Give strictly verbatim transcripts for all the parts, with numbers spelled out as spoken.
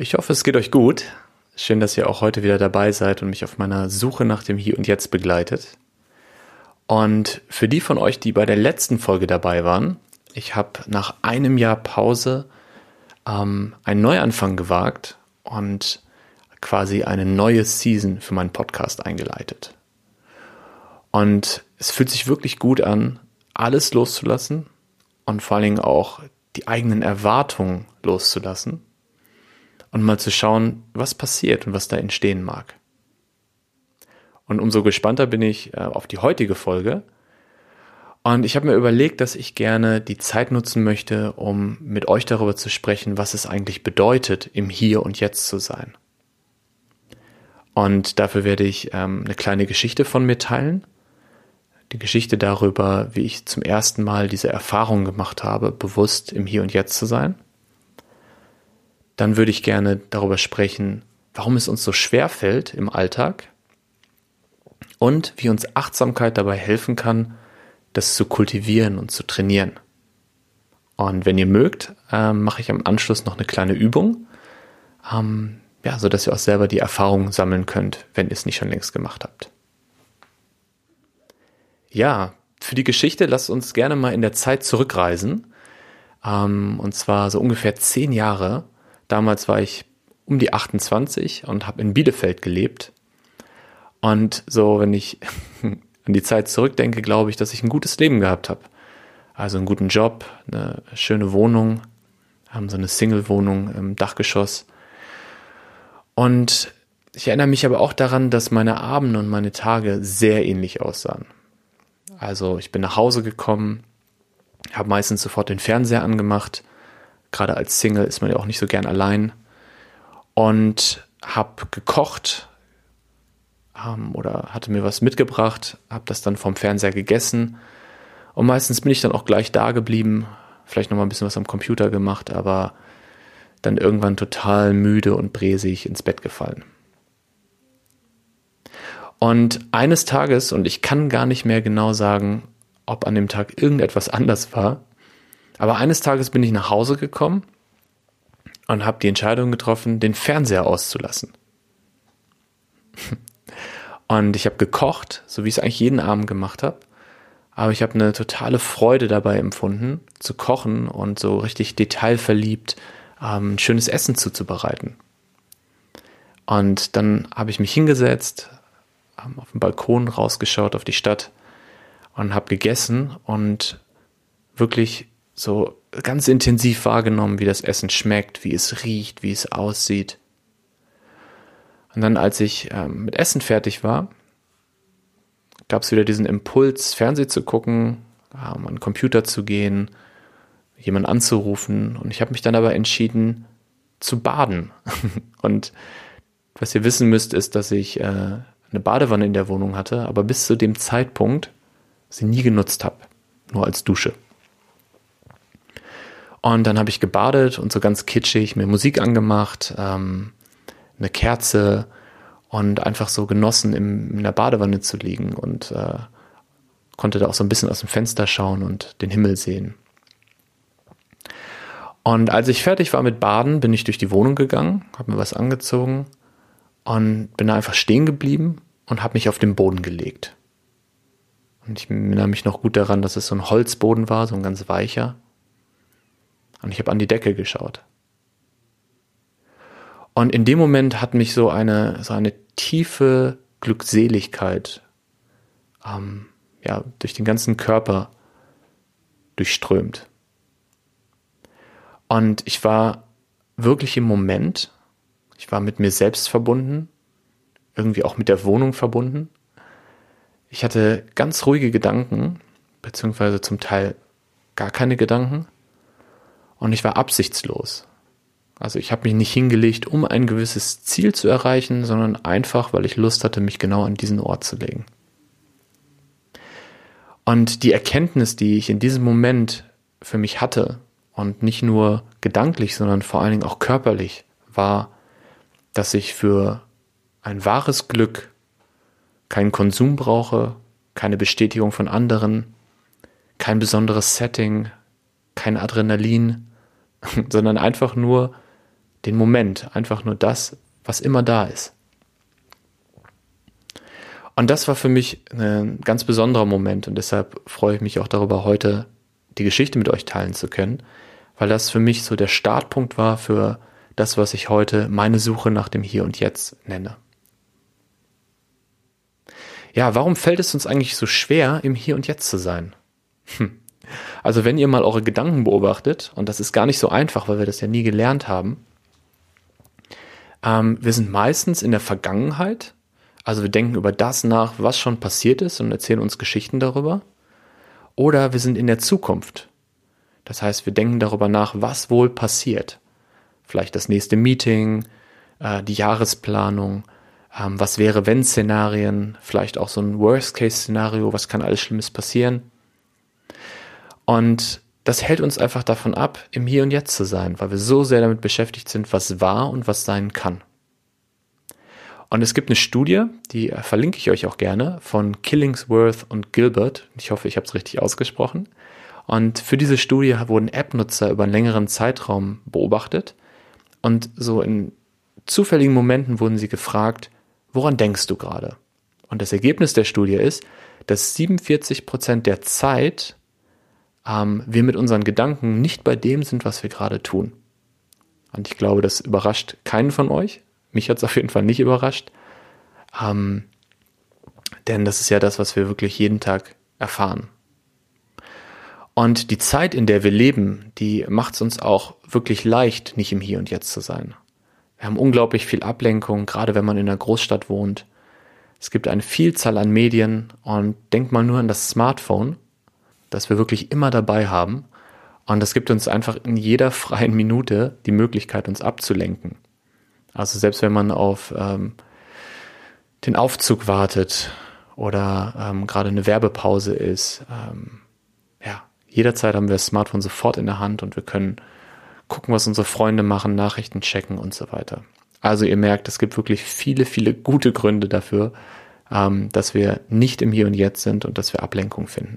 Ich hoffe, es geht euch gut. Schön, dass ihr auch heute wieder dabei seid und mich auf meiner Suche nach dem Hier und Jetzt begleitet. Und für die von euch, die bei der letzten Folge dabei waren, ich habe nach einem Jahr Pause ähm, einen Neuanfang gewagt und quasi eine neue Season für meinen Podcast eingeleitet. Und es fühlt sich wirklich gut an, alles loszulassen und vor allen Dingen auch die eigenen Erwartungen loszulassen und mal zu schauen, was passiert und was da entstehen mag. Und umso gespannter bin ich äh, auf die heutige Folge. Und ich habe mir überlegt, dass ich gerne die Zeit nutzen möchte, um mit euch darüber zu sprechen, was es eigentlich bedeutet, im Hier und Jetzt zu sein. Und dafür werde ich ähm, eine kleine Geschichte von mir teilen. Die Geschichte darüber, wie ich zum ersten Mal diese Erfahrung gemacht habe, bewusst im Hier und Jetzt zu sein. Dann würde ich gerne darüber sprechen, warum es uns so schwer fällt im Alltag und wie uns Achtsamkeit dabei helfen kann, das zu kultivieren und zu trainieren. Und wenn ihr mögt, äh, mache ich am Anschluss noch eine kleine Übung, ähm, ja, sodass ihr auch selber die Erfahrung sammeln könnt, wenn ihr es nicht schon längst gemacht habt. Ja, für die Geschichte lasst uns gerne mal in der Zeit zurückreisen, ähm, und zwar so ungefähr zehn Jahre. Damals war ich um die achtundzwanzig und habe in Bielefeld gelebt. Und so, wenn ich an die Zeit zurückdenke, glaube ich, dass ich ein gutes Leben gehabt habe. Also einen guten Job, eine schöne Wohnung, haben so eine Single-Wohnung im Dachgeschoss. Und ich erinnere mich aber auch daran, dass meine Abende und meine Tage sehr ähnlich aussahen. Also ich bin nach Hause gekommen, habe meistens sofort den Fernseher angemacht. Gerade als Single ist man ja auch nicht so gern allein. Und habe gekocht ähm, oder hatte mir was mitgebracht, habe das dann vom Fernseher gegessen. Und meistens bin ich dann auch gleich da geblieben, vielleicht nochmal ein bisschen was am Computer gemacht, aber dann irgendwann total müde und bresig ins Bett gefallen. Und eines Tages, und ich kann gar nicht mehr genau sagen, ob an dem Tag irgendetwas anders war, aber eines Tages bin ich nach Hause gekommen und habe die Entscheidung getroffen, den Fernseher auszulassen. Und ich habe gekocht, so wie ich es eigentlich jeden Abend gemacht habe, aber ich habe eine totale Freude dabei empfunden, zu kochen und so richtig detailverliebt ähm, ein schönes Essen zuzubereiten. Und dann habe ich mich hingesetzt, auf den Balkon rausgeschaut auf die Stadt und habe gegessen und wirklich so ganz intensiv wahrgenommen, wie das Essen schmeckt, wie es riecht, wie es aussieht. Und dann, als ich ähm, mit Essen fertig war, gab es wieder diesen Impuls, Fernsehen zu gucken, ähm, an den Computer zu gehen, jemanden anzurufen. Und ich habe mich dann aber entschieden, zu baden. Und was ihr wissen müsst, ist, dass ich äh, eine Badewanne in der Wohnung hatte, aber bis zu dem Zeitpunkt sie nie genutzt habe, nur als Dusche. Und dann habe ich gebadet und so ganz kitschig mir Musik angemacht, ähm, eine Kerze und einfach so genossen, im, in der Badewanne zu liegen und äh, konnte da auch so ein bisschen aus dem Fenster schauen und den Himmel sehen. Und als ich fertig war mit Baden, bin ich durch die Wohnung gegangen, habe mir was angezogen und bin da einfach stehen geblieben und habe mich auf den Boden gelegt. Und ich erinnere mich noch gut daran, dass es so ein Holzboden war, so ein ganz weicher. Und ich habe an die Decke geschaut. Und in dem Moment hat mich so eine, so eine tiefe Glückseligkeit ähm, ja, durch den ganzen Körper durchströmt. Und ich war wirklich im Moment, ich war mit mir selbst verbunden, irgendwie auch mit der Wohnung verbunden. Ich hatte ganz ruhige Gedanken, beziehungsweise zum Teil gar keine Gedanken. Und ich war absichtslos. Also ich habe mich nicht hingelegt, um ein gewisses Ziel zu erreichen, sondern einfach, weil ich Lust hatte, mich genau an diesen Ort zu legen. Und die Erkenntnis, die ich in diesem Moment für mich hatte, und nicht nur gedanklich, sondern vor allen Dingen auch körperlich, war, dass ich für ein wahres Glück keinen Konsum brauche, keine Bestätigung von anderen, kein besonderes Setting, kein Adrenalin, sondern einfach nur den Moment, einfach nur das, was immer da ist. Und das war für mich ein ganz besonderer Moment und deshalb freue ich mich auch darüber, heute die Geschichte mit euch teilen zu können, weil das für mich so der Startpunkt war für das, was ich heute meine Suche nach dem Hier und Jetzt nenne. Ja, warum fällt es uns eigentlich so schwer, im Hier und Jetzt zu sein? Hm. Also wenn ihr mal eure Gedanken beobachtet, und das ist gar nicht so einfach, weil wir das ja nie gelernt haben, ähm, wir sind meistens in der Vergangenheit, also wir denken über das nach, was schon passiert ist und erzählen uns Geschichten darüber, oder wir sind in der Zukunft. Das heißt, wir denken darüber nach, was wohl passiert. Vielleicht das nächste Meeting, äh, die Jahresplanung, ähm, was wäre wenn Szenarien, vielleicht auch so ein Worst-Case-Szenario, was kann alles Schlimmes passieren. Und das hält uns einfach davon ab, im Hier und Jetzt zu sein, weil wir so sehr damit beschäftigt sind, was war und was sein kann. Und es gibt eine Studie, die verlinke ich euch auch gerne, von Killingsworth und Gilbert. Ich hoffe, ich habe es richtig ausgesprochen. Und für diese Studie wurden App-Nutzer über einen längeren Zeitraum beobachtet. Und so in zufälligen Momenten wurden sie gefragt, woran denkst du gerade? Und das Ergebnis der Studie ist, dass siebenundvierzig Prozent der Zeit ähm, wir mit unseren Gedanken nicht bei dem sind, was wir gerade tun. Und ich glaube, das überrascht keinen von euch. Mich hat es auf jeden Fall nicht überrascht. Ähm, denn das ist ja das, was wir wirklich jeden Tag erfahren. Und die Zeit, in der wir leben, die macht es uns auch wirklich leicht, nicht im Hier und Jetzt zu sein. Wir haben unglaublich viel Ablenkung, gerade wenn man in einer Großstadt wohnt. Es gibt eine Vielzahl an Medien und denkt mal nur an das Smartphone, das wir wirklich immer dabei haben. Und das gibt uns einfach in jeder freien Minute die Möglichkeit, uns abzulenken. Also selbst wenn man auf ähm, den Aufzug wartet oder ähm, gerade eine Werbepause ist, ähm, ja, jederzeit haben wir das Smartphone sofort in der Hand und wir können gucken, was unsere Freunde machen, Nachrichten checken und so weiter. Also ihr merkt, es gibt wirklich viele, viele gute Gründe dafür, ähm, dass wir nicht im Hier und Jetzt sind und dass wir Ablenkung finden.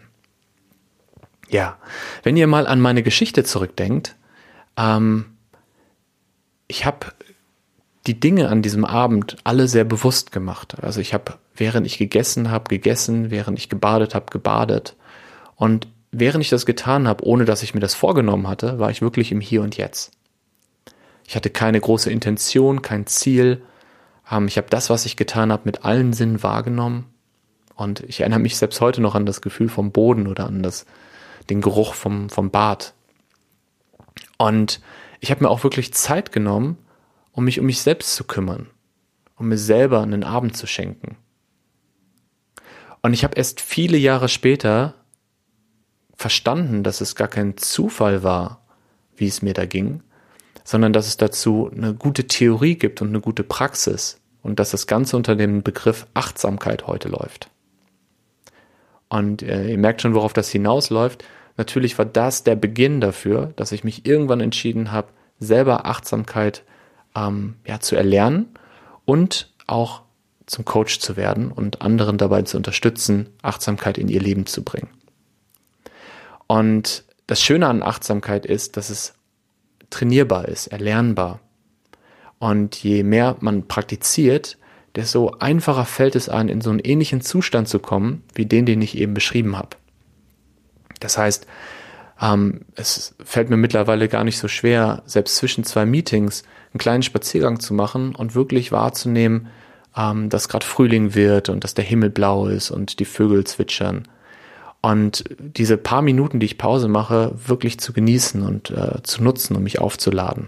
Ja, wenn ihr mal an meine Geschichte zurückdenkt, ähm, ich habe die Dinge an diesem Abend alle sehr bewusst gemacht. Also ich habe, während ich gegessen habe, gegessen, während ich gebadet habe, gebadet. Und während ich das getan habe, ohne dass ich mir das vorgenommen hatte, war ich wirklich im Hier und Jetzt. Ich hatte keine große Intention, kein Ziel. Ähm, ich habe das, was ich getan habe, mit allen Sinnen wahrgenommen. Und ich erinnere mich selbst heute noch an das Gefühl vom Boden oder an das, den Geruch vom, vom Bad. Und ich habe mir auch wirklich Zeit genommen, um mich um mich selbst zu kümmern, um mir selber einen Abend zu schenken. Und ich habe erst viele Jahre später verstanden, dass es gar kein Zufall war, wie es mir da ging, sondern dass es dazu eine gute Theorie gibt und eine gute Praxis und dass das Ganze unter dem Begriff Achtsamkeit heute läuft. Und äh, ihr merkt schon, worauf das hinausläuft. Natürlich war das der Beginn dafür, dass ich mich irgendwann entschieden habe, selber Achtsamkeit ähm, ja, zu erlernen und auch zum Coach zu werden und anderen dabei zu unterstützen, Achtsamkeit in ihr Leben zu bringen. Und das Schöne an Achtsamkeit ist, dass es trainierbar ist, erlernbar. Und je mehr man praktiziert, desto einfacher fällt es an, in so einen ähnlichen Zustand zu kommen, wie den, den ich eben beschrieben habe. Das heißt, ähm, es fällt mir mittlerweile gar nicht so schwer, selbst zwischen zwei Meetings einen kleinen Spaziergang zu machen und wirklich wahrzunehmen, ähm, dass gerade Frühling wird und dass der Himmel blau ist und die Vögel zwitschern. Und diese paar Minuten, die ich Pause mache, wirklich zu genießen und äh, zu nutzen, um mich aufzuladen.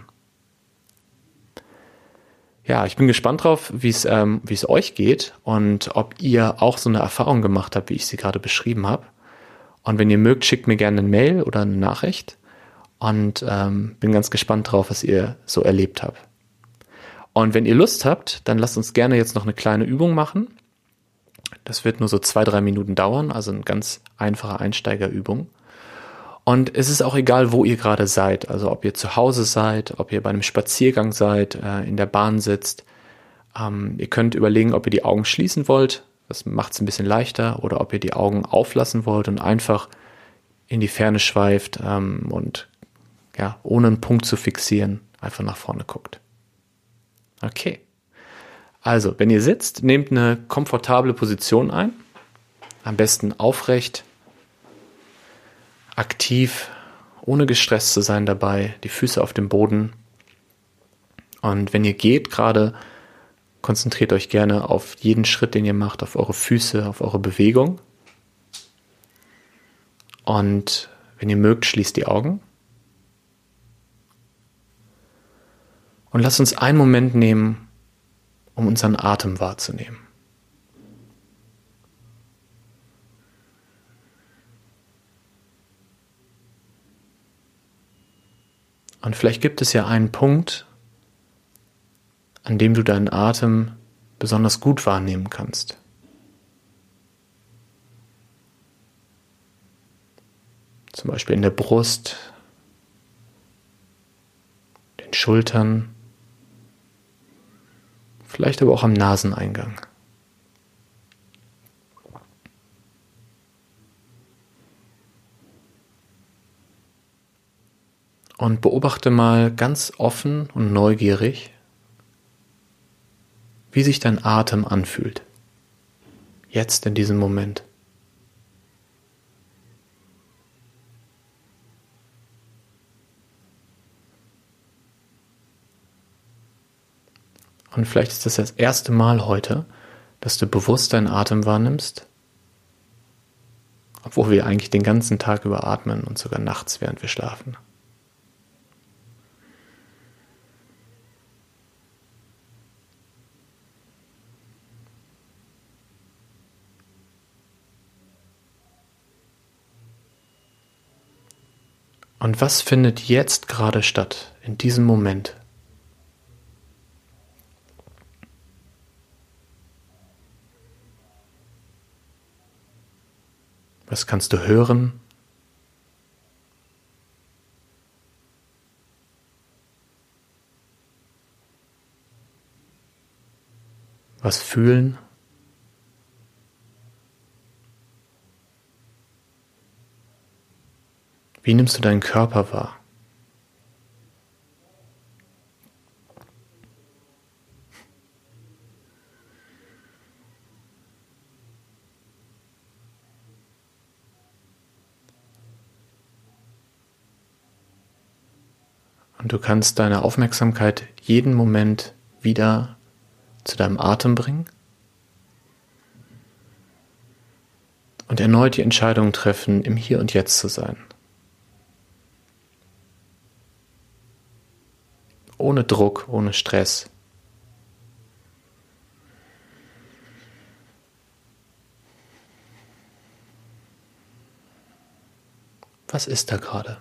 Ja, ich bin gespannt drauf, wie es ähm, wie es euch geht und ob ihr auch so eine Erfahrung gemacht habt, wie ich sie gerade beschrieben habe. Und wenn ihr mögt, schickt mir gerne eine Mail oder eine Nachricht und ähm, bin ganz gespannt drauf, was ihr so erlebt habt. Und wenn ihr Lust habt, dann lasst uns gerne jetzt noch eine kleine Übung machen. Das wird nur so zwei, drei Minuten dauern, also eine ganz einfache Einsteigerübung. Und es ist auch egal, wo ihr gerade seid, also ob ihr zu Hause seid, ob ihr bei einem Spaziergang seid, äh, in der Bahn sitzt. Ähm, ihr könnt überlegen, ob ihr die Augen schließen wollt, das macht es ein bisschen leichter, oder ob ihr die Augen auflassen wollt und einfach in die Ferne schweift ähm, und ja, ohne einen Punkt zu fixieren, einfach nach vorne guckt. Okay. Also, wenn ihr sitzt, nehmt eine komfortable Position ein. Am besten aufrecht, aktiv, ohne gestresst zu sein dabei, die Füße auf dem Boden. Und wenn ihr geht gerade, konzentriert euch gerne auf jeden Schritt, den ihr macht, auf eure Füße, auf eure Bewegung. Und wenn ihr mögt, schließt die Augen. Und lasst uns einen Moment nehmen, um unseren Atem wahrzunehmen. Und vielleicht gibt es ja einen Punkt, an dem du deinen Atem besonders gut wahrnehmen kannst. Zum Beispiel in der Brust, den Schultern, vielleicht aber auch am Naseneingang. Und beobachte mal ganz offen und neugierig, wie sich dein Atem anfühlt. Jetzt in diesem Moment. Und vielleicht ist das das erste Mal heute, dass du bewusst deinen Atem wahrnimmst, obwohl wir eigentlich den ganzen Tag über atmen und sogar nachts, während wir schlafen. Und was findet jetzt gerade statt, in diesem Moment? Was kannst du hören? Was fühlen? Wie nimmst du deinen Körper wahr? Und du kannst deine Aufmerksamkeit jeden Moment wieder zu deinem Atem bringen und erneut die Entscheidung treffen, im Hier und Jetzt zu sein. Ohne Druck, ohne Stress. Was ist da gerade?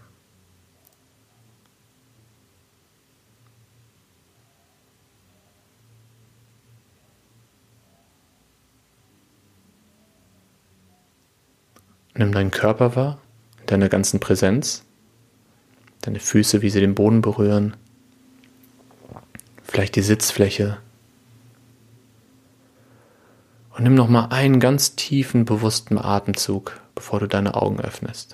Nimm deinen Körper wahr, deine ganzen Präsenz, deine Füße, wie sie den Boden berühren, vielleicht die Sitzfläche. Und nimm nochmal einen ganz tiefen, bewussten Atemzug, bevor du deine Augen öffnest.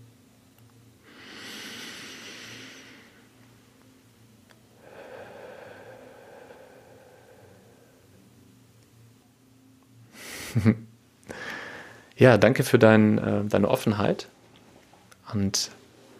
Ja, danke für dein, äh, deine Offenheit und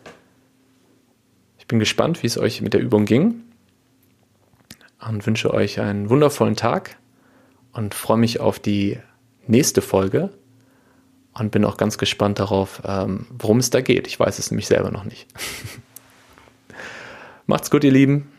ich bin gespannt, wie es euch mit der Übung ging und wünsche euch einen wundervollen Tag und freue mich auf die nächste Folge und bin auch ganz gespannt darauf, ähm, worum es da geht. Ich weiß es nämlich selber noch nicht. Macht's gut, ihr Lieben.